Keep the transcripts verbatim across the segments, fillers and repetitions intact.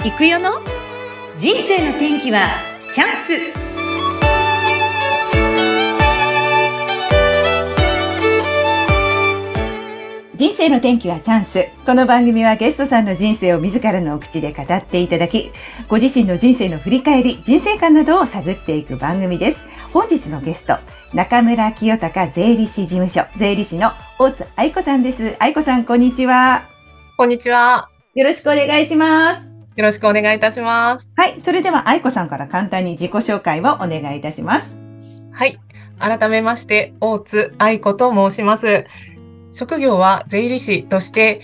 行くよの人生の転機はチャンス。人生の転機はチャンス。この番組はゲストさんの人生を自らのお口で語っていただき、ご自身の人生の振り返り、人生観などを探っていく番組です。本日のゲスト、中村清隆税理士事務所税理士の大津愛子さんです。愛子さん、こんにちは。 こんにちは。 よろしくお願いします。 よろしくお願いいたします。 はい。それでは愛子さんから簡単に自己紹介をお願いいたします。 はい。改めまして、大津愛子と申します。職業は税理士として、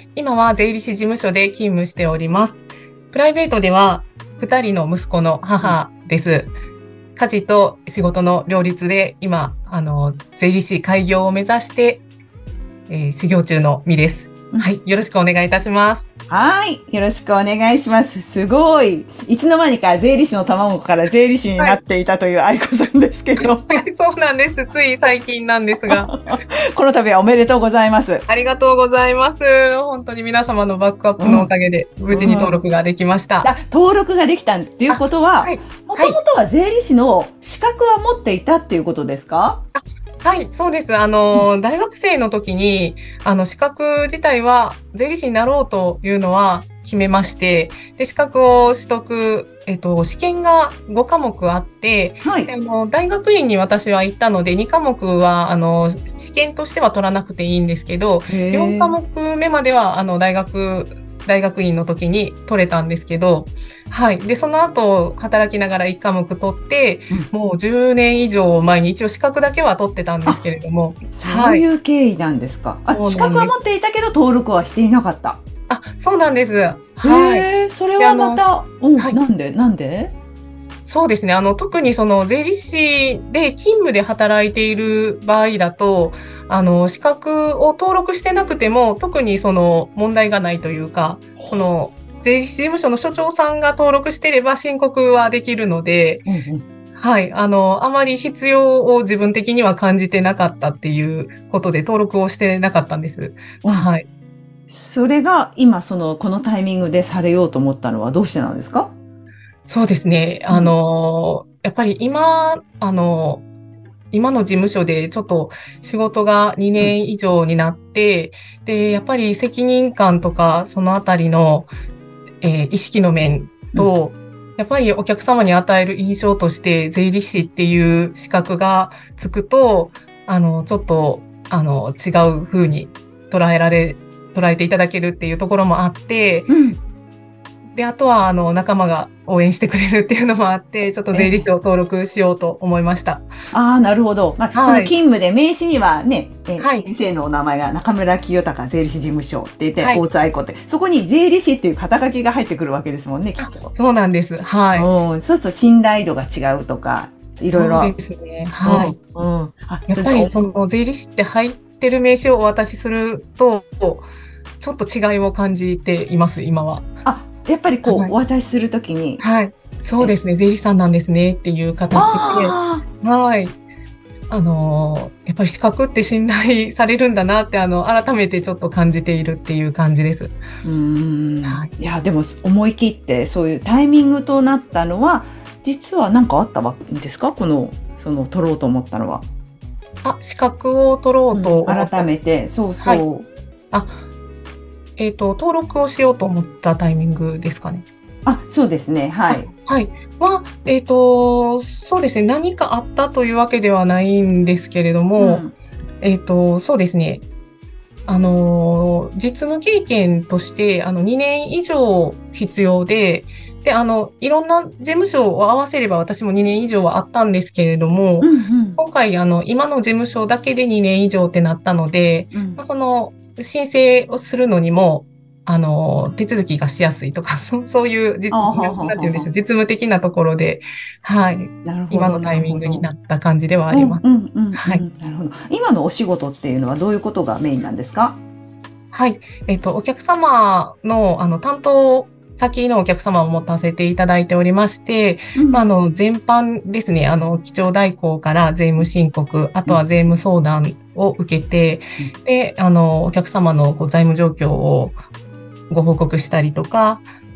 今は税理士事務所で勤務しております。プライベートでは、二人の息子の母です。家事と仕事の両立で、今、あの、税理士開業を目指して、えー、修行中の身です。はい。よろしくお願いいたします。 はい。よろしくお願いします。すごい。いつの間にか税理士の卵から税理士になっていたという愛子さんですけど。 はい、そうなんです。つい最近なんですが。 この度はおめでとうございます。 ありがとうございます。本当に皆様のバックアップのおかげで、無事に登録ができました。 うんうん、登録ができたっていうことは、もともとは税理士の資格は持っていたっていうことですか？ はい、そうです。あの、うん、大学生の時に、あの、資格自体は税理士になろうというのは決めまして、で、資格を取得、えっと、試験がごかもくあって、はい、あの、大学院に私は行ったので、にかもくは、あの、試験としては取らなくていいんですけど、よんかもくめまでは、あの、大学、大学院の時に取れたんですけど、はい。で、その後、働きながらいっかもく取って、うん、もうじゅうねん以上前に一応資格だけは取ってたんですけれども。 そういう経緯なんですか。はい、あ、資格は持っていたけど登録はしていなかった。 あ、そうなんです。 はい。それはまた、うん、はい、なんでなんでそうですね。あの、特にその税理士で勤務で働いている場合だと、あの、資格を登録してなくても、特にその問題がないというか、その、税理士事務所の所長さんが登録していれば申告はできるので、うんうん、はい。あの、あまり必要を自分的には感じてなかったっていうことで登録をしてなかったんです。うん、はい。 それが今、その、このタイミングでされようと思ったのはどうしてなんですか？ そうですね。あの、うん、やっぱり今、あの、今の事務所でちょっと仕事がにねん以上になって、うん、で、やっぱり責任感とか、そのあたりの、えー、意識の面と、うん、やっぱりお客様に与える印象として、税理士っていう資格がつくと、あの、ちょっと、あの、違う風に捉えられ、捉えていただけるっていうところもあって、うんで、あとは、あの、仲間が応援してくれるっていうのもあって、ちょっと税理士を登録しようと思いました。 えー、ああ、なるほど。まあ、はい、その勤務で名刺にはね、えーはい、先生のお名前が中村清隆税理士事務所って言って、はい、大津愛子って、そこに税理士っていう肩書きが入ってくるわけですもんね、きっと。 そうなんです。はい。 うん、そうすると信頼度が違うとか、いろいろ。 そうですね。はい。 うん。うん、 あ、やっぱりその税理士って入ってる名刺をお渡しすると、ちょっと違いを感じています、今は。 あ、やっぱりこう、はい、お渡しするときに。 はい。そうですね。税理士さんなんですねっていう形で。はい。あの、やっぱり資格って信頼されるんだなって、あの、改めてちょっと感じているっていう感じです。 うーん。はい、いや、でも思い切ってそういうタイミングとなったのは、実は何かあったわけですか？この、その、取ろうと思ったのは。 あ、資格を取ろうと、 うん、改めて、そうそう。はい、 あ、えっと、登録をしようと思ったタイミングですかね。 あ、そうですね。はい。 はい。は、えっと、そうですね。何かあったというわけではないんですけれども、うん、えっと、そうですね。あの、実務経験として、あの、にねん以上必要で、で、あの、いろんな事務所を合わせれば私もにねん以上はあったんですけれども、うんうん、今回、あの、今の事務所だけでにねん以上ってなったので、うん、まあ、その、申請をするのにも、あの、手続きがしやすいとか、そそういう実、なんて言うんでしょう、実務的なところで、はい。今のタイミングになった感じではあります。 はい。なるほど。今のお仕事っていうのはどういうことがメインなんですか？ はい。えっと、お客様の、あの、担当先のお客様を持たせていただいておりまして、うん、まあ、あの、全般ですね、あの、基調代行から税務申告、あとは税務相談を受けて、うん、で、あの、お客様のこう財務状況をご報告したりとか、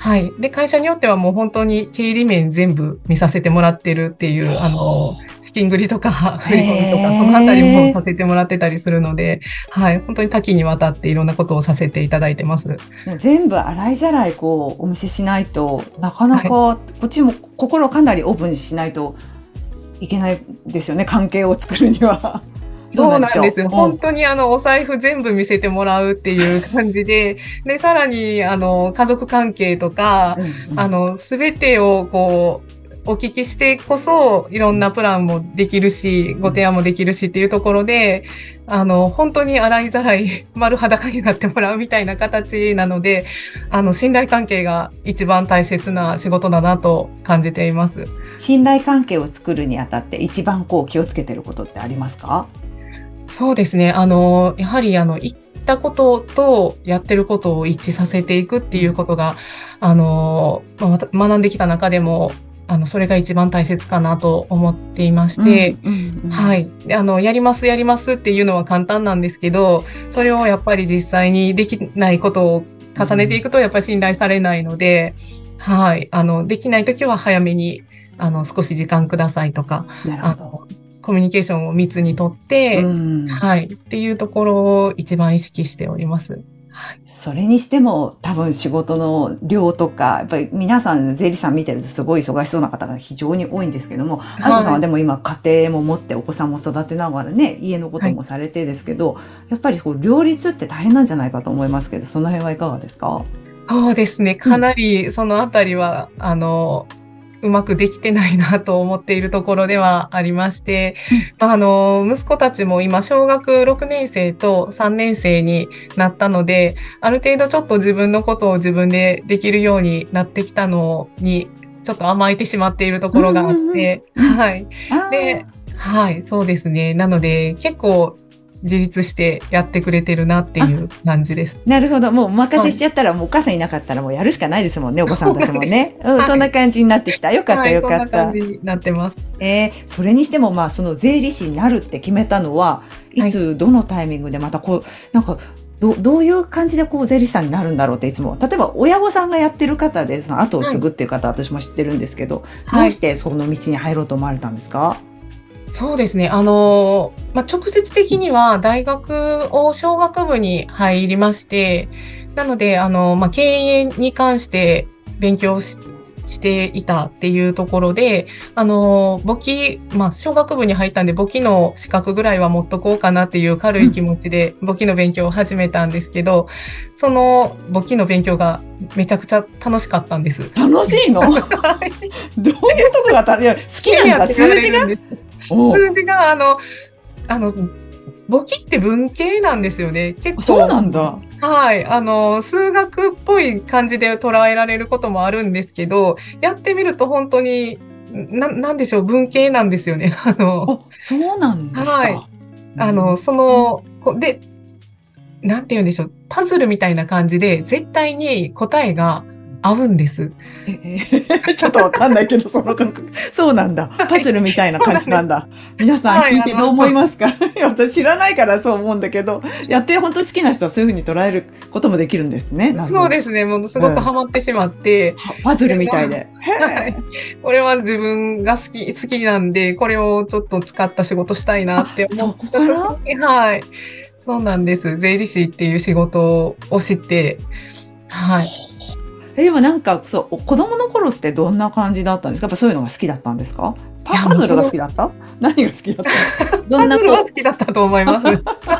はい。で、会社によってはもう本当に経理面全部見させてもらってるっていう、あの、資金繰りとか、振り込みとか、そのあたりもさせてもらってたりするので、はい。本当に多岐にわたっていろんなことをさせていただいてます。 全部洗いざらいこう、お見せしないと、なかなか、こっちも心かなりオープンにしないといけないですよね、関係を作るには。 そうなんですよ。本当にあの、お財布全部見せてもらうっていう感じで、で、さらにあの、家族関係とか、うんうん、あの、すべてをこう、お聞きしてこそ、いろんなプランもできるし、ご提案もできるしっていうところで、あの、本当に洗いざらい丸裸になってもらうみたいな形なので、あの、信頼関係が一番大切な仕事だなと感じています。 信頼関係を作るにあたって一番こう気をつけてることってありますか？ そうですね。あの、やはりあの、言ったこととやってることを一致させていくっていうことが、あの、まあ、学んできた中でも、あの、それが一番大切かなと思っていまして、うんうんうん、はい。あの、やります、やりますっていうのは簡単なんですけど、それをやっぱり実際にできないことを重ねていくと、やっぱり信頼されないので、うん、はい。あの、できないときは早めに、あの、少し時間くださいとか、あの、コミュニケーションを密にとって、うん、はい。っていうところを一番意識しております。 はい、それにしても多分仕事の量とか、やっぱり皆さん税理士さん見てるとすごい忙しそうな方が非常に多いんですけども、愛子さんはでも今家庭も持ってお子さんも育てながらね、家のこともされてですけど、はい、やっぱりこう両立って大変なんじゃないかと思いますけど、その辺はいかがですか？ そうですね。かなりそのあたりは、うん、あの、うまくできてないなと思っているところではありまして、うん、あの、息子たちも今、小学ろくねん生とさんねん生になったので、ある程度ちょっと自分のことを自分でできるようになってきたのに、ちょっと甘えてしまっているところがあって、うんうんうん、はい。で、はい、そうですね。なので、結構、自立してやってくれてるなっていう感じです。 なるほど。もうお任せしちゃったら、はい、もうお母さんいなかったらもうやるしかないですもんね、お子さんたちもね。うん、はい、そんな感じになってきた。よかった、よかった。 はい、そんな感じになってます。 えー、それにしてもまあ、その税理士になるって決めたのは、いつ、はい、どのタイミングでまたこう、なんか、ど, どういう感じでこう税理士さんになるんだろうっていつも、例えば親御さんがやってる方で、その後を継ぐっていう方、はい、私も知ってるんですけど、はい、どうしてその道に入ろうと思われたんですか？ そうですね。あの、まあ、直接的には大学を商学部に入りまして、なので、あの、まあ、経営に関して勉強し、していたっていうところで、あの、簿記、まあ、商学部に入ったんで、簿記の資格ぐらいは持っとこうかなっていう軽い気持ちで簿記の勉強を始めたんですけど、その簿記の勉強がめちゃくちゃ楽しかったんです。 楽しいの？どういうとこがた、いや、好きなんだ、数字が？ 数字が、あの、あの、簿記って文系なんですよね。結構。 そうなんだ。 はい。あの、数学っぽい感じで捉えられることもあるんですけど、やってみると本当に、な、なんでしょう、文系なんですよね。あの、 あ、そうなんですか。はい。 あの、その、で、なんて言うんでしょう、パズルみたいな感じで、絶対に答えが合うんです。 ええ、ちょっとわかんないけど、その感覚。そうなんだ。パズルみたいな感じなんだ。はい、皆さん聞いてどう思いますか？はい、私知らないからそう思うんだけど、やって本当に好きな人はそういうふうに捉えることもできるんですね。 そうですね。もうすごくハマってしまって。うん、 パズルみたいで。 はい。これは自分が好き、好きなんで、これをちょっと使った仕事したいなって思った時に、はい。そうなんです。税理士っていう仕事を知って、はい。 え、でもなんか、そう、子供の頃ってどんな感じだったんですか？やっぱそういうのが好きだったんですか？パ, パズルが好きだった？何が好きだった？ どんなパズルは好きだったと思います。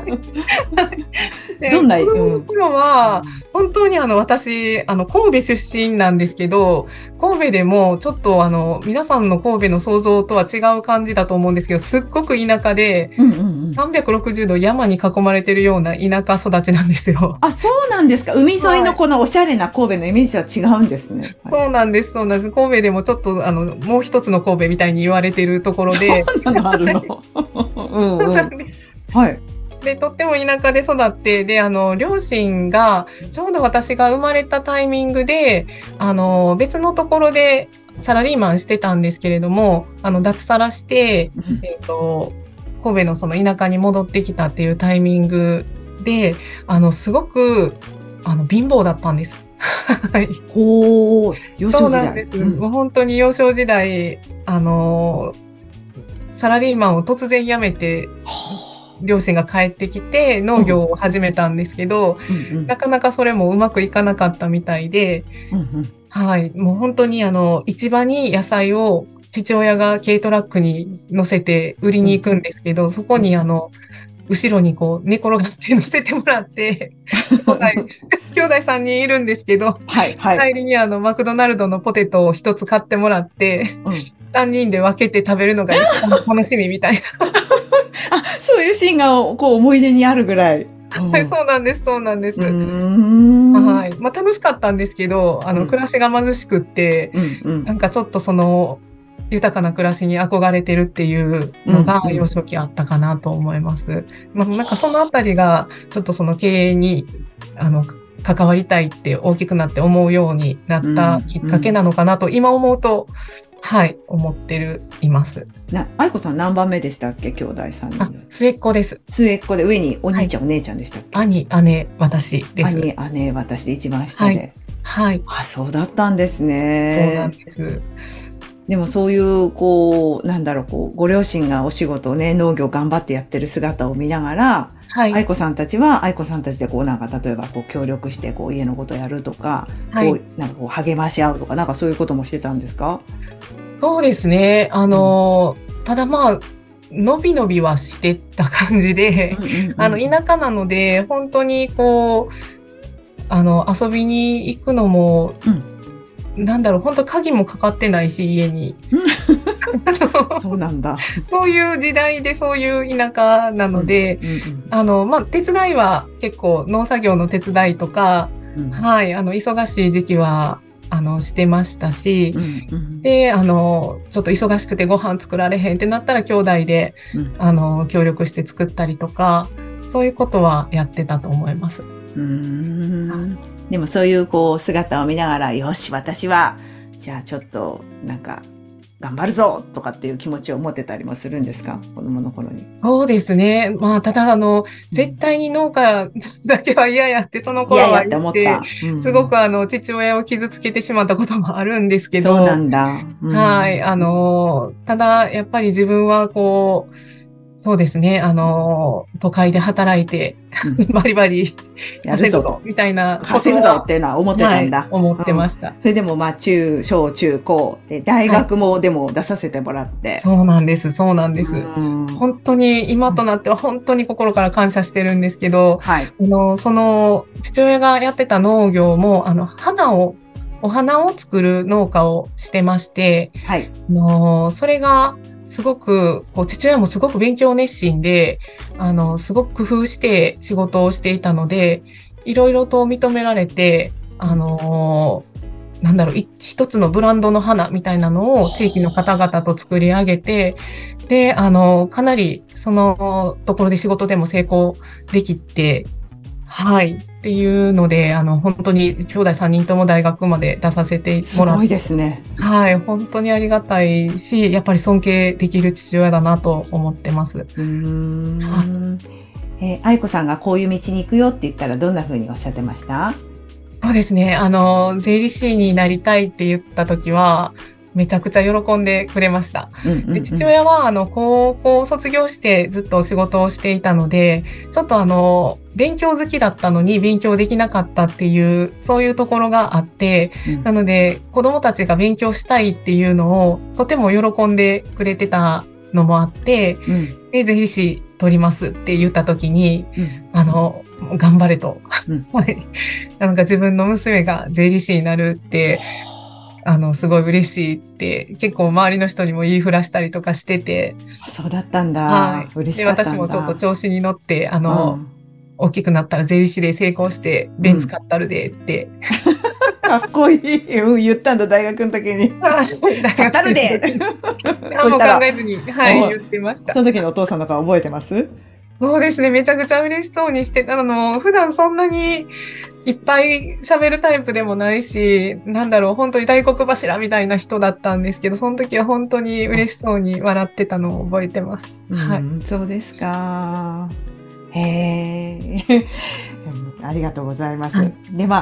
どんな、子供の頃は、本当にあの、私、あの、神戸出身なんですけど、神戸でもちょっとあの、皆さんの神戸の想像とは違う感じだと思うんですけど、すっごく田舎で、うんうんうん、さんびゃくろくじゅうど山に囲まれてるような田舎育ちなんですよ。 あ、そうなんですか。海沿いのこのおしゃれな神戸のイメージは違うんですね。 はい、そうなんです、そうなんです。神戸でもちょっとあの、もう一つの神戸みたいに言われてるところで。 そうなのあるの。うんうん、そうなんです。はい。 で、とっても田舎で育って、で、あの、両親が、ちょうど私が生まれたタイミングで、あの、別のところでサラリーマンしてたんですけれども、あの、脱サラして、えっと、神戸のその田舎に戻ってきたっていうタイミングで、あの、すごく、あの、貧乏だったんです。 はい。 ほー、幼そう少時代。 なんです。 うん。 もう本当に幼少時代、あの、サラリーマンを突然辞めて、 は両親が帰ってきてあ。うん。 農業を始めたんですけど、 うんうん。 なかなかそれもうまくいかなかったみたいで、 うんうん。 はい。もう本当にあの、市場に野菜を父親が軽トラックに乗せて売りうん。 に行くんですけど、そこうん。 にあの、後ろにこう寝転がって乗せてもらって、兄弟、兄弟さんにんいるんですけど、 はい、はい。 帰りにあの、マクドナルドのポテトを一つ買ってもらって、 うん。 さんにんで分けて食べるのが一番楽しみみたいな。 あ、そういうシーンが、こう、思い出にあるぐらい。うはい、 ん。 そうなんです、そうなんでうーす。 ん。 はい。まあ楽しかったんですけど、あの、 うん。 暮らしが貧しくって、 うん、うん。 なんかちょっとその、豊かな暮らしに憧れてるっていううん、 のがうん。 幼少期あったかなと思います。まあなんかそのあたりが、ちょっとその経営に、あの、関わりたいって大きくなって思うようになったうん、 きっかけうん。 なのかなと、今思うと、はい、思ってる、います。 な、愛子さん何番目でしたっけ？兄弟さんにあ、 んのうち。 末っ子です。 末っ子で上におはい。 兄ちゃんお姉ちゃんでしたっけ？ 兄、姉、私です。 兄、姉、私で一番下はい。 で。 はい。 あ、そうだったんですそうなんね。 です。 でもそういう、こう、なんだろう、こう、ご両親がお仕事をね、農業頑張ってやってる姿を見ながら、 はい。 愛子さんたちは愛子さんたちでこうなんか例えばこう協力してこう家のことやるとか、 はい。 こうなんかこう励まし合うとか、なんかそういうこともしてたんですか？ そうですね。あうん。 の、ただまあ、のびのびはしてた感じで、 うんうんうあの、 ん田舎なので、本当にこう、あの、遊びに行くのも、 うん。 なんだろう、本当鍵もかかってないし、家に。 うん。 あそうの、 なんだ。 そういう時代でそういう田舎なうんので、 うんあの、まあ、手伝いは結構農作業の手伝いとか、 うんうんはい、あの、忙しい時期は、あの、してましたし、 うんうんで、あの、ちょっと忙しくてご飯作られへんってなったら兄弟で、 うんあの、協力して作ったりとか、そういうことはやってたと思います。 うーん。でもそういうこう姿を見ながら、よし、私は、じゃあちょっとなんか頑張るぞとかっていう気持ちを持ってたりもするんですか？子供の頃に。 そうですね。まあ、ただ、あの、絶うん。 対に農家だけは嫌やって、その頃はいやいやって言って、 思った。うんうすごん。 くあの、父親を傷つけてしまったこともあるんですけそうなど、 んだ。うん。 はい、あの、ただ、やっぱり自分はこう、そうですね。あの、都会で働いて、 うん。 バリバリやるぞと。 稼ぐぞ、みたいなこと稼ぐぞっは、 ていうのは思ってたはい、 んだ。 思ってうん。 ました。 それでもまあ中、小中高で、大はい。 学もでも出させてもらって。 そうなんです。そうなんでうす。 ん。うん。 本当に今となっては本当に心から感謝してるんですけど、 はい。 あの、その、父親がやってた農業も、あの、花を、お花を作る農家をしてまして、 はい。 あの、それが、すごく、こう、父親もすごく勉強熱心で、あの、すごく工夫して仕事をしていたので、いろいろと認められて、あの、なんだろう、い一つのブランドの花みたいなのを地域の方々と作り上げて、で、あの、かなりそのところで仕事でも成功できて、はい。っていうので、あの、本当に兄弟さんにんとも大学まで出させてもらっすごいですね。 はい、本当にありがたいし、やっぱり尊敬できる父親だなと思ってます。 うーはい。 ん。えー、愛子さんがこういう道に行くよって言ったらどんな風におっしゃってました？ そうですね。あの、税理士になりたいって言った時は、めちゃくちゃ喜んでくれました。 うんうで、 んうん。 父親は、あの、高校を卒業してずっとお仕事をしていたので、ちょっとあの、勉強好きだったのに勉強できなかったっていう、そういうところがあって、 うん。 なので、子供たちが勉強したいっていうのを、とても喜んでくれてたのもあって、 うん。 で、税理士取りますって言った時に、 うん。 あの、頑張れと。 うん。 はい。なんか自分の娘が税理士になるって、あの、すごい嬉しいって、結構周りの人にも言いふらしたりとかしてて、 そうだったんだ。 はい。で、 嬉しかった私もちょっとんだ。 調子に乗って、あの、 うん。 大きくなったら税理士で成功して、ベンツうん。 買ったるでって、 かっこいい。うん、言ったんだ、大学の時に。 はい。大学生の語るで。 時に、何も考そしたら、 えずに、はい、 お言ってました。 その時のお父さんの顔覚えてます？ そうですね。めちゃくちゃ嬉しそうにしてたの。普段そんなにいっぱい喋るタイプでもないし、なんだろう、本当に大黒柱みたいな人だったんですけど、その時は本当に嬉しそうに笑ってたのを覚えてます。はい。 うん、そうですか。へえ。うん、ありがとうございます。 はい。 で、まあ、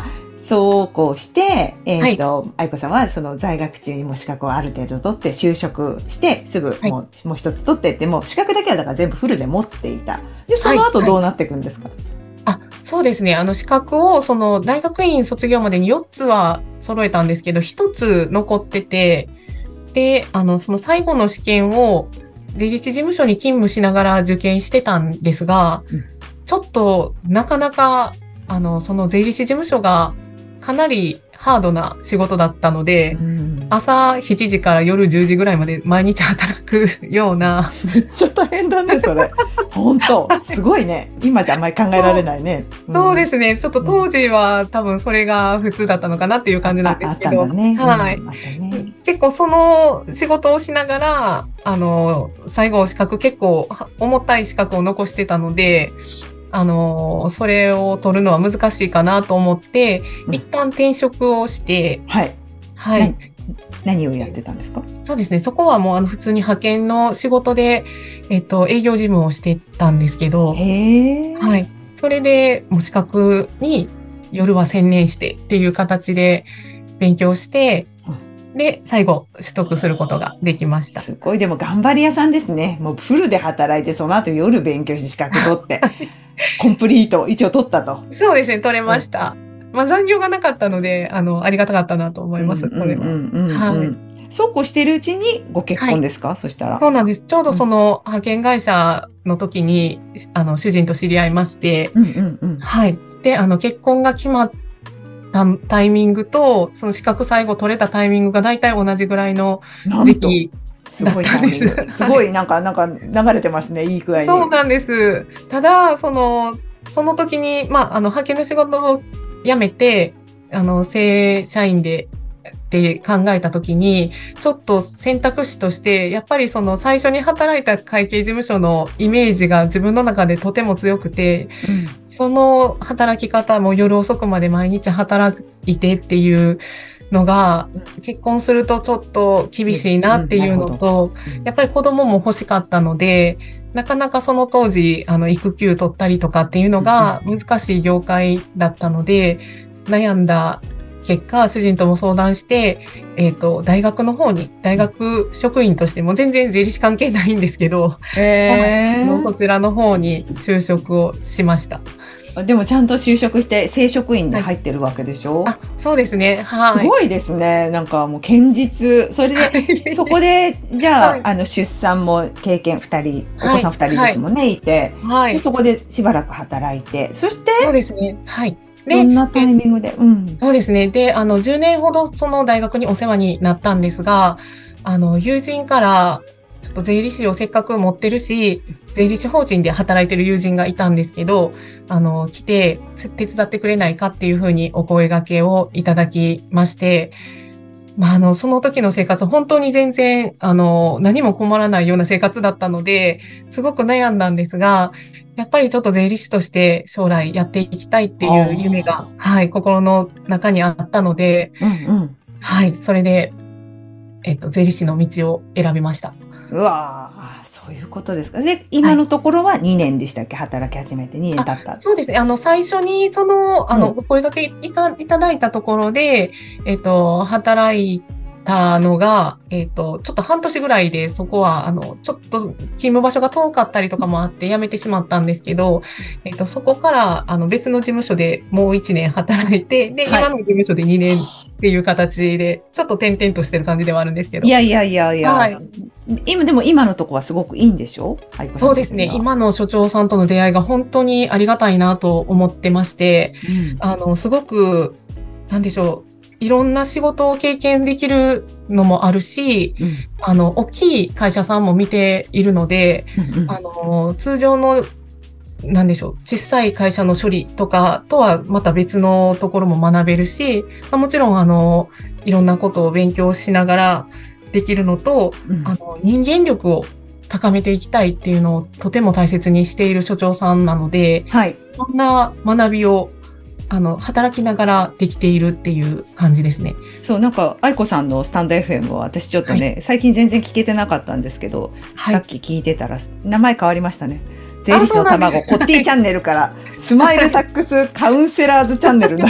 そうこうして、えっ、 はい。 と、愛子さんはその在学中にもう資格をある程度取って就職してすぐはい。 もう、もう一つ取ってってもう資格だけはだから全部フルで持っていた。で、そはい。 の後はい。 どうなっていくんですか？ あ、そうですね。あの、資格を、その、大学院卒業までによっつは揃えたんですけど、ひとつ残ってて、で、あの、その最後の試験を税理士事務所に勤務しながら受験してたんですが、 うん。 ちょっとなかなか、あの、その税理士事務所がかなりハードな仕事だったのうで、 ん。 朝しちじから夜じゅうじぐらいまで毎日働くような、 めっちゃ大変だね、それ。本当すごいね。今じゃあんまり考えられないね。うん。 そうですね。ちょっとうん。 当時は多分それが普通だったのかなっていう感あ、 じなんあ、あったんだですけど、 ね。うはい。 ん。あったね。 結構その仕事をしながら、あの、最後資格結構は重たい資格を残してたので、あの、それを取るのは難しいかなと思って、 うん。 一旦転職をして、 はい。な、 はい。 何をやってたんですか？ そうですね。そこはもうあの普通に派遣の仕事で、えっと、営業事務をしてたんですけど、 へえ。 はい。それで、もう資格に夜は専念してっていう形で勉強して、 うん。 で、最後取得することができました。 すごい、でも頑張り屋さんですね。もうフルで働いて、その後夜勉強して資格取って、コンプリート、一応取ったと。 そうですね、取れうん。 ました。まあ残業がなかったので、あの、ありがたかったなと思います、 うんうんそれは。 うんうんはい。 うん。そうこうしてるうちにご結はい。 婚ですか？そしたら。 そうなんです。ちょうどうん。 その派遣会社の時に、あの、主人と知り合いまして、 うんうんうん。 はい。で、あの、結婚が決まったタイミングと、その資格最後取れたタイミングが大体同じぐらいのなんと、 時期だっすごいたんです。 タイミング。すはい。 ごい、なんか、なんか流れてますね。いい具合に。 そうなんです。ただ、その、その時に、まあ、あの、派遣の仕事を辞めて、あの、正社員でって考えた時に、ちょっと選択肢として、やっぱりその最初に働いた会計事務所のイメージが自分の中でとても強くて、 うん。 その働き方も夜遅くまで毎日働いてっていうのが、 うん。 結婚するとちょっと厳ゆしいなうん、 っていうなるほど。 のと、 うん。 やっぱり子供も欲しかったので、なかなかその当時、あの、育休取ったりとかっていうのうんうん。 が難しい業界だったので、悩んだ結果、主人とも相談して、えっと、大学の方に、大うん。 学職員としても全然税理士関係ないんですけど、 へはい。あの、そえ。 ちらの方に就職をしました。 あ、でもちゃんと就職して正職員にはい。 入ってるわけでしょ？ あ、そうですね。はい。 すごいですね。なんかもう堅実。それで、そこで、じゃあ、 はい。 あの、出産も経験二人、お子はい。 さん二人ではい。 すもんね、いて。で、 はい。 そこでしばらく働いて、そして、 そうですね。はい。で、 どんなタえイミングで、うん。 そうですね。で、あの、じゅうねんほどその大学にお世話になったんですが、あの、友人から、ちょっと税理士をせっかく持ってるし、税理士法人で働いてる友人がいたんですけど、あの、来て手伝ってくれないかっていうふうにお声掛けをいただきまして、まあ、あの、その時の生活、本当に全然、あの、何も困らないような生活だったので、すごく悩んだんですが、やっぱりちょっと税理士として将来やっていきたいっていう夢が、 ああ、 はい、心の中にあったので、 うんうん。 はい、それで、えっと、税理士の道を選びました。 うわあ、そういうことですか。で、 はい。 今のところはにねんでしたっけ？働き始めてにねんあ、 経った。 そうですね。あの、最初に、その、あの、 うん。 お声掛けいたいただいたところで、えっと、働いたのが、えっと、ちょっと半年ぐらいで、そこは、あの、ちょっと勤務場所が遠かったりとかもあって辞めてしまったんですけど、えっと、そこから、あの、別の事務所でもういちねん働いて、で、 はい。 今の事務所でにねんっていう形で、ちょっと転々としてる感じではあるんですけど。 いやいやいやいや、 はい。 今、でも今のとこはすごくいいんでしょ？愛子さんそうですね。 的には。 今の所長さんとの出会いが本当にありがたいなと思ってまして、 うん。 あの、すごく、なんでしょう。いろんな仕事を経験できるのもあるし、 うん。 あの、大きい会社さんも見ているので、 うんうん。 あの、通常の、なんでしょう、小さい会社の処理とかとはまた別のところも学べるし、まあ、もちろん、あの、いろんなことを勉強しながらできるのと、 うん。 あの、人間力を高めていきたいっていうのをとても大切にしている所長さんなので、 はい。 そんな学びを、あの、働きながらできているっていう感じですね。 そう、なんか、愛子さんのスタンド エフエム は私ちょっとはい。 ね、最近全然聞けてなかったんですけど、 はい。 さっき聞いてたら、名前変わりましたね。税あ、 理士そうなんです。 の卵、コッティチャンネルから、スマイルタックスカウンセラーズチャンネルになり、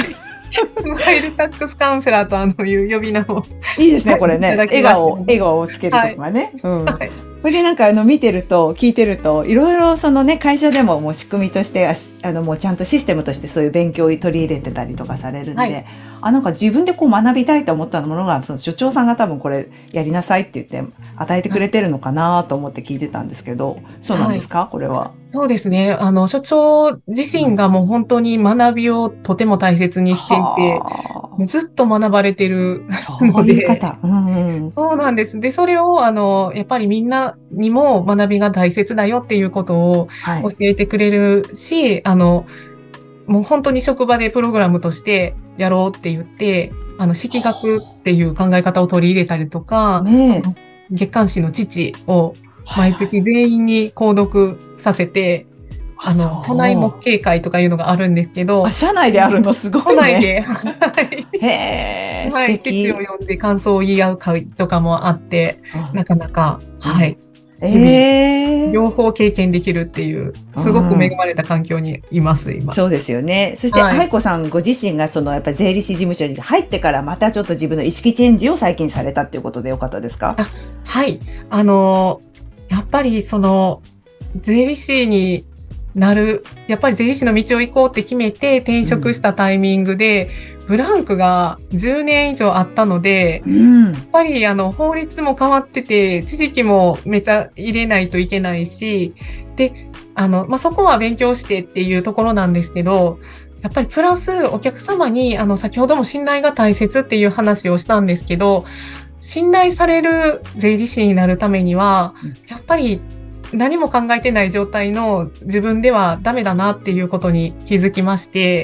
スマイルタックスカウンセラーとあのいう呼び名を。 いいですね、これね。 いただき笑ました顔、笑顔をつけるとかね。うん。 はい。 それでなんかあの見てると、聞いてると、いろいろそのね、会社でももう仕組みとして、あしあのもうちゃんとシステムとしてそういう勉強を取り入れてたりとかされるんで、 はいあ、なんか自分でこう学びたいと思ったものが、その所長さんが多分これやりなさいって言って与えてくれてるのかなと思って聞いてたんですけど、そうなんですか、これは。 そうですね。あの、所長自身がもう本当に学びをとても大切にしていて、 はもうずっと学ばれてるあ、そうので、 いう方。うんうん。 そうなんです。で、それを、あの、やっぱりみんなにも学びが大切だよっていうことをはい。 教えてくれるし、あの、もう本当に職場でプログラムとしてやろうって言って、あの、式学っていう考え方を取り入れたりとか、 ねえ。 あの月刊誌の父をはいはい毎月全員に購読させて、あの、 そう都内模型会とかいうのがあるんですけど、 あ、社内であるのすご都いね。 内で、はいへえ、素はい、 敵。 決を読んで感想を言い合う会とかもあって、 うんなかなか、はい、 ええ、 両方経験できるっていう、すごく恵まれた環境にいます、今。 そうですよね。そして、 はい愛子さんご自身がそのやっぱり税理士事務所に入ってからまたちょっと自分の意識チェンジを最近されたっていうことでよかったですか？ あはい。あの、やっぱりその、税理士になる、やっぱり税理士の道を行こうって決めて転職したタイミングで、ブランクがじゅうねん以上あったので、 うん。 やっぱりあの法律も変わってて、知識もめちゃ入れないといけないし、で、あの、まあ、そこは勉強してっていうところなんですけど、やっぱりプラスお客様に、あの、先ほども信頼が大切っていう話をしたんですけど、信頼される税理士になるためにはうん、 やっぱり何も考えてない状態の自分ではダメだなっていうことに気づきまして、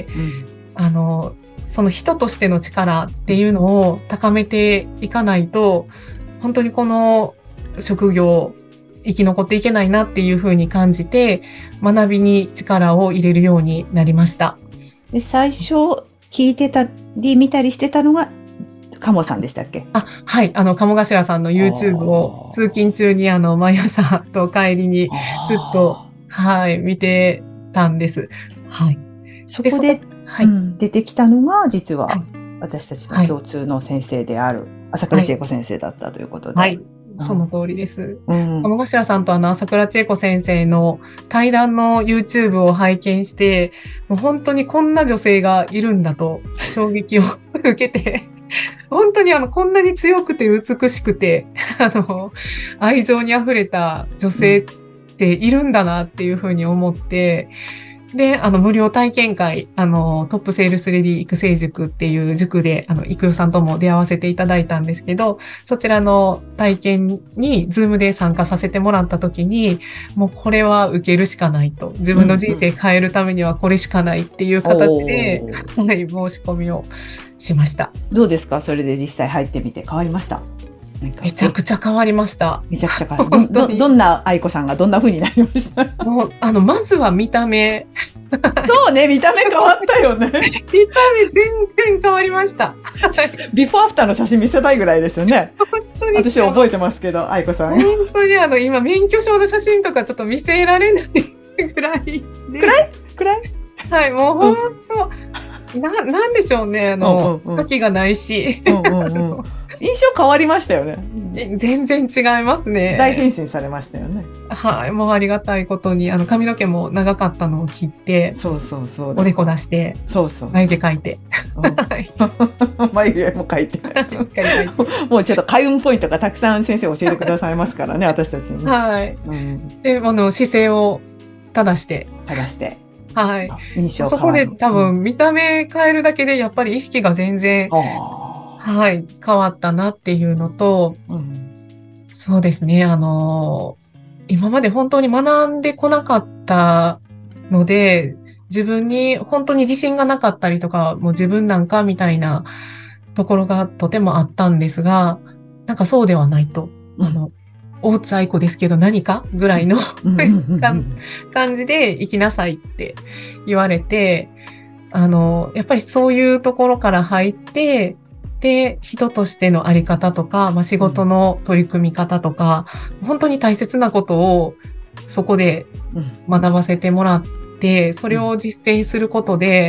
あの、その人としての力っていうのを高めていかないと、本当にこの職業生き残っていけないなっていうふうに感じて、学びに力を入れるようになりました。 で、最初聞いてたり見たりしてたのが、鴨さんでしたっけ？ あ、はい。あの、鴨頭さんの YouTube をあー通勤中にあの、毎朝と帰りにずっと、はい、見てたんです。はい。 そこで、 はい。 うん出てきたのが、実は、 はい私たちの共通の先生である、朝倉千恵子先生だったということで。 はい。その通りです。 うん。 鴨頭さんとあの、朝倉千恵子先生の対談の YouTube を拝見して、もう本当にこんな女性がいるんだと衝撃を受けて、本当にあの、こんなに強くて美しくて、あの、愛情に溢れた女性っているんだなっていうふうに思って、で、あの、無料体験会、あの、トップセールスレディ育成塾っていう塾で、あの、育代さんとも出会わせていただいたんですけど、そちらの体験に、ズームで参加させてもらった時に、もうこれは受けるしかないと。自分の人生変えるためにはこれしかないっていう形で、 おーはい、申し込みをしました。 どうですか？それで実際入ってみて変わりました？なんかめちゃくちゃ変わりました。 めちゃくちゃ変わる。 本当にどどどんな愛子さんがどんな風になりました？ もう、あの、まずは見た目。 そうね、見た目変わったよね。 見た目全然変わりました。 ビフォーアフターの写真見せたいぐらいですよね。 本当に。 私覚えてますけど、愛子さん。 本当にあの、今、免許証の写真とかちょっと見せられないぐらいで。 くらいくらいはい、もう本当、な、なんでしょうね、あの、 うんうんうん覇気がないし、 うんうんうん印象変わりましたよね。 全然違いますね。 大変身されましたよね。 はい、もうありがたいことに、あの、髪の毛も長かったのを切って、 そうそうそう。 おでこ出して、 そうそう。 眉毛描いて、 うんはい、 眉毛も描いて。 しっかり描いて。 もうちょっと開運ポイントがたくさん先生教えてくださいますからね、私たちに。 はい。 うん、 で、あの、姿勢を正して、 正して。 はい。 印象そこ変わる。 で多分見た目変えるだけでやっぱり意識が全然、 うん、あはい、変わったなっていうのと、 ーうんそうですね、あの、今まで本当に学んでこなかったので、自分に本当に自信がなかったりとか、もう自分なんかみたいなところがとてもあったんですが、なんかそうではないと。あの、大津愛子ですけど何かぐらいのうんうんうんうん感じで生きなさいって言われて、あの、やっぱりそういうところから入って、で、人としてのあり方とか、まあ、仕事の取り組み方とか、本当に大切なことをそこでうん学ばせてもらって、それを実践することで、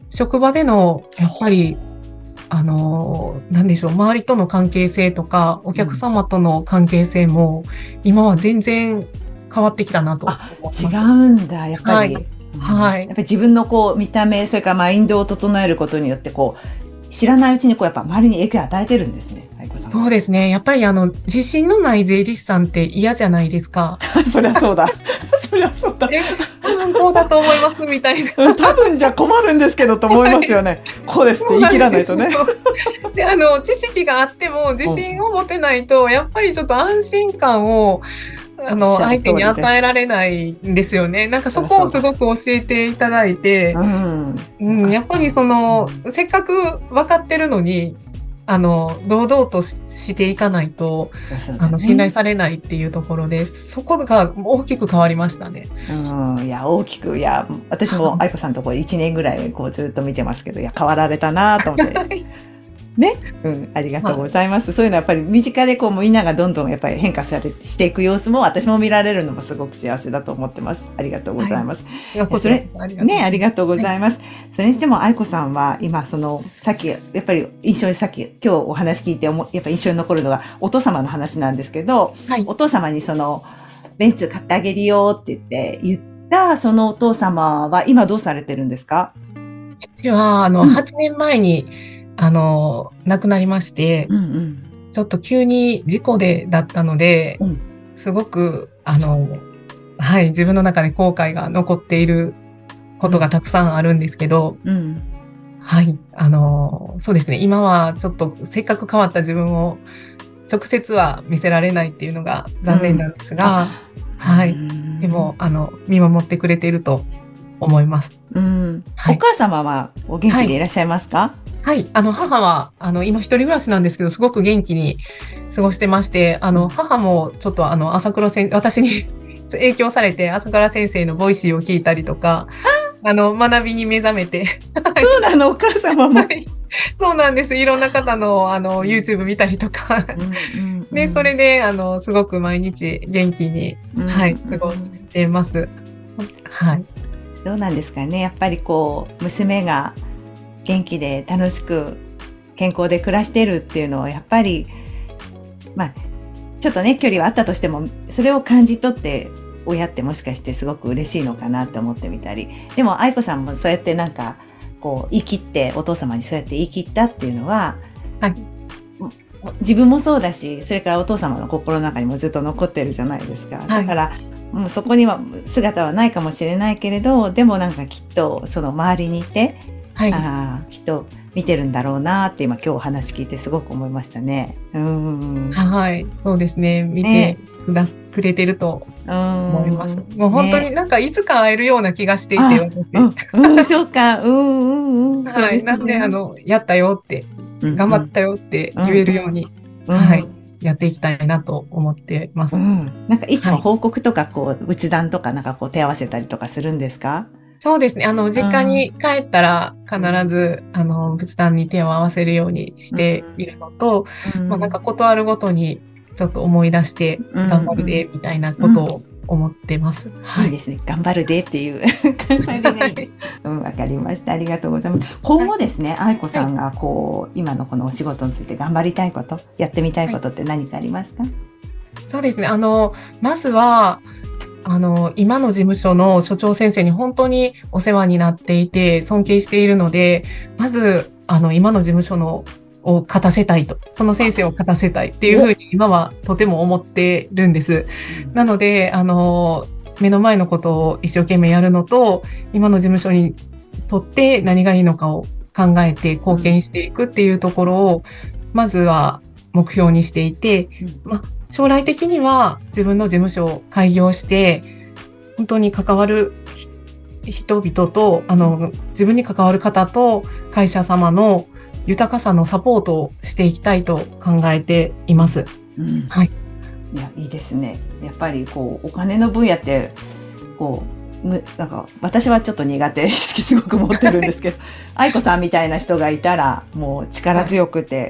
職場での、やっぱり、あの、なんでしょう、周りとの関係性とか、お客様との関係性も、今は全然変わってきたなと思います。 違うんだ、やっぱり。 はい。はい。 やっぱり自分のこう、見た目、それからマインドを整えることによって、こう、知らないうちにこう、やっぱ周りに影響を与えてるんですね、愛子さん。 そうですね。やっぱりあの、自信のない税理士さんって嫌じゃないですか。 そりゃそうだ。そりゃそうだ。 え、多分こうだと思いますみたいな。 多分じゃ困るんですけどと思いますよね。こうですって言い切らないとね。 で、あの、知識があっても自信を持てないと、やっぱりちょっと安心感を、あの、相手に与えられないんですよね。なんかそこをすごく教えていただいて、うん、うん、やっぱりその、せっかく分かってるのに、あの、堂々と し, していかないと、ね、あの、信頼されないっていうところで、そこが大きく変わりましたね。 うん、いや、大きく、いや、私も愛子さんとこいちねんぐらいこうずっと見てますけど、いや、変わられたなと思って。ね、うん、ありがとうございます。はい、そういうのはやっぱり身近でこうみんながどんどんやっぱり変化されしていく様子も私も見られるのもすごく幸せだと思ってます。ありがとうございます。はい、それね、ありがとうございます。はい、それにしても愛子さんは今そのさっきやっぱり印象にさっき今日お話聞いてやっぱ印象に残るのがお父様の話なんですけど、はい、お父様にそのベンツ買ってあげるよって言って言ったそのお父様は今どうされてるんですか？ 父はあの、うん、はちねんまえにあの、亡くなりまして、うんうん、ちょっと急に事故でだったので、うん、すごく、あの、はい、自分の中で後悔が残っていることがたくさんあるんですけど、うん、はい、あの、そうですね、今はちょっとせっかく変わった自分を直接は見せられないっていうのが残念なんですが、うん、はい、でも、あの、見守ってくれていると思います。 うんはい、お母様はお元気でいらっしゃいますか？はいはい。あの、母は、あの、今一人暮らしなんですけど、すごく元気に過ごしてまして、あの、母もちょっとあの、朝倉先生、私に影響されて、朝倉先生のボイシーを聞いたりとか、あの、学びに目覚めて。 そうなの、お母様も。はい、 そうなんです。いろんな方の、あの、YouTube 見たりとか。うんうんうん、で、それで、あの、すごく毎日元気に、はい、過ごしてます。はい。 どうなんですかね。やっぱりこう、娘が、元気で楽しく健康で暮らしてるっていうのはやっぱりまあちょっとね距離はあったとしてもそれを感じ取って親ってもしかしてすごく嬉しいのかなって思ってみたりでも愛子さんもそうやってなんかこう言い切ってお父様にそうやって言い切ったっていうのは、はい、自分もそうだしそれからお父様の心の中にもずっと残ってるじゃないですか、はい、だからもうそこには姿はないかもしれないけれどでもなんかきっとその周りにいてはい、あきっと見てるんだろうなって今今日お話聞いてすごく思いましたね。うんはい、そうですね。見てくだ、ね、くれてると思います。もう本当になんかいつか会えるような気がしていて、ね、私。 うん、そうか。うんうんうん。 はい、そうですね。なんであのやったよって、うんうん、頑張ったよって言えるように、うんうん、はい。やっていきたいなと思ってます。 うん、なんかいつも報告とかこう、はい、仏壇とかなんかこう手合わせたりとかするんですか？ そうですね。あの、実家に帰ったら必ず、うん、あの、仏壇に手を合わせるようにしているのと、うん、まあなんかことあるごとにちょっと思い出して頑張るで、みたいなことを思ってます。うんはい、いいですね。頑張るでっていう関西弁がいい。うん、わかりました。ありがとうございます。今後ですね、はい、愛子さんがこう、今のこのお仕事について頑張りたいこと、やってみたいことって何かありますか？はい、 そうですね。あの、まずは、あの、今の事務所の所長先生に本当にお世話になっていて、尊敬しているので、まず、あの、今の事務所のを勝たせたいと、その先生を勝たせたいっていうふうに今はとても思ってるんです。なので、あの、目の前のことを一生懸命やるのと、今の事務所にとって何がいいのかを考えて貢献していくっていうところを、まずは目標にしていて、まあ将来的には自分の事務所を開業して本当に関わる人々とあの自分に関わる方と会社様の豊かさのサポートをしていきたいと考えています。うん、はい。 いやいいですね。やっぱりこうお金の分野ってこうむなんか私はちょっと苦手意識すごく持ってるんですけど愛子さんみたいな人がいたらもう力強くて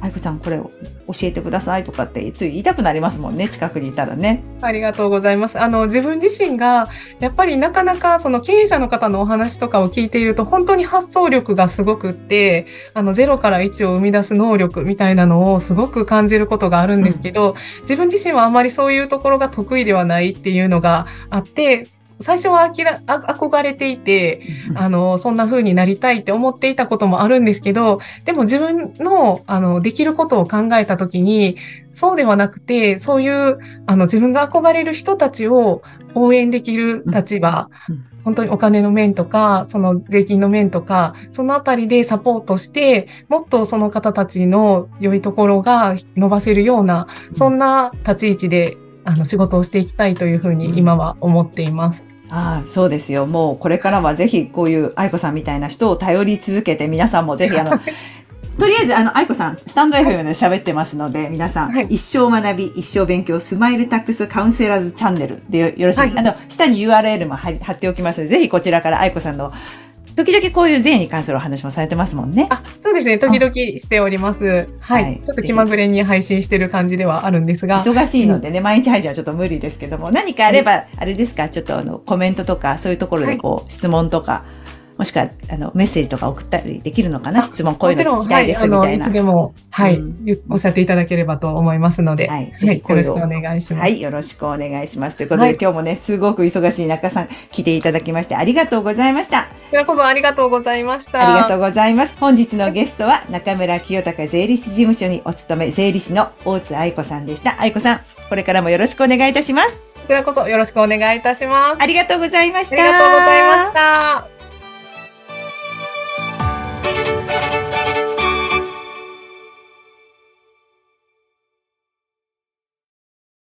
愛子さんこれ教えてくださいとかってつい言いたくなりますもんね、近くにいたらね。 ありがとうございます。あの、自分自身が、やっぱりなかなかその経営者の方のお話とかを聞いていると、本当に発想力がすごくって、あの、ゼロからいちを生み出す能力みたいなのをすごく感じることがあるんですけど、うん、自分自身はあまりそういうところが得意ではないっていうのがあって、最初はあきらあ憧れていて、あの、そんな風になりたいって思っていたこともあるんですけど、でも自分の、あの、できることを考えたときに、そうではなくて、そういう、あの、自分が憧れる人たちを応援できる立場、本当にお金の面とか、その税金の面とか、そのあたりでサポートして、もっとその方たちの良いところが伸ばせるような、そんな立ち位置で、あの、仕事をしていきたいというふうに今は思っています。 ああ、そうですよ。もうこれからはぜひこういう愛子さんみたいな人を頼り続けて、皆さんもぜひあの、とりあえずあの愛子さん、スタンド エフエム で喋ってますので、皆さん、はい、一生学び、一生勉強、スマイルタックスカウンセラーズチャンネルでよろしい、はい、あの、下に ユーアールエル も貼っておきますので、ぜひこちらから愛子さんの時々こういう税に関するお話もされてますもんね。 あ、そうですね。時々しております。はい。はい、ちょっと気まぐれに配信してる感じではあるんですが。 忙しいのでね、うん、毎日配信はちょっと無理ですけども、何かあれば、あれですか、ちょっとあの、コメントとか、そういうところでこう、はい、質問とか、もしくは、あの、メッセージとか送ったりできるのかな、質問、こういうの聞きたいです、みたいな。 いつでも、はい、うん、おっしゃっていただければと思いますので、はい、はい、よろしくお願いします。 はい、よろしくお願いします。ということで、はい、今日もね、すごく忙しい中さん、来ていただきまして、ありがとうございました。こちらこそありがとうございました。 ありがとうございます。本日のゲストは、中村清隆税理士事務所にお勤め、税理士の大津愛子さんでした。愛子さん、これからもよろしくお願いいたします。 こちらこそよろしくお願いいたします。 ありがとうございました。 ありがとうございました。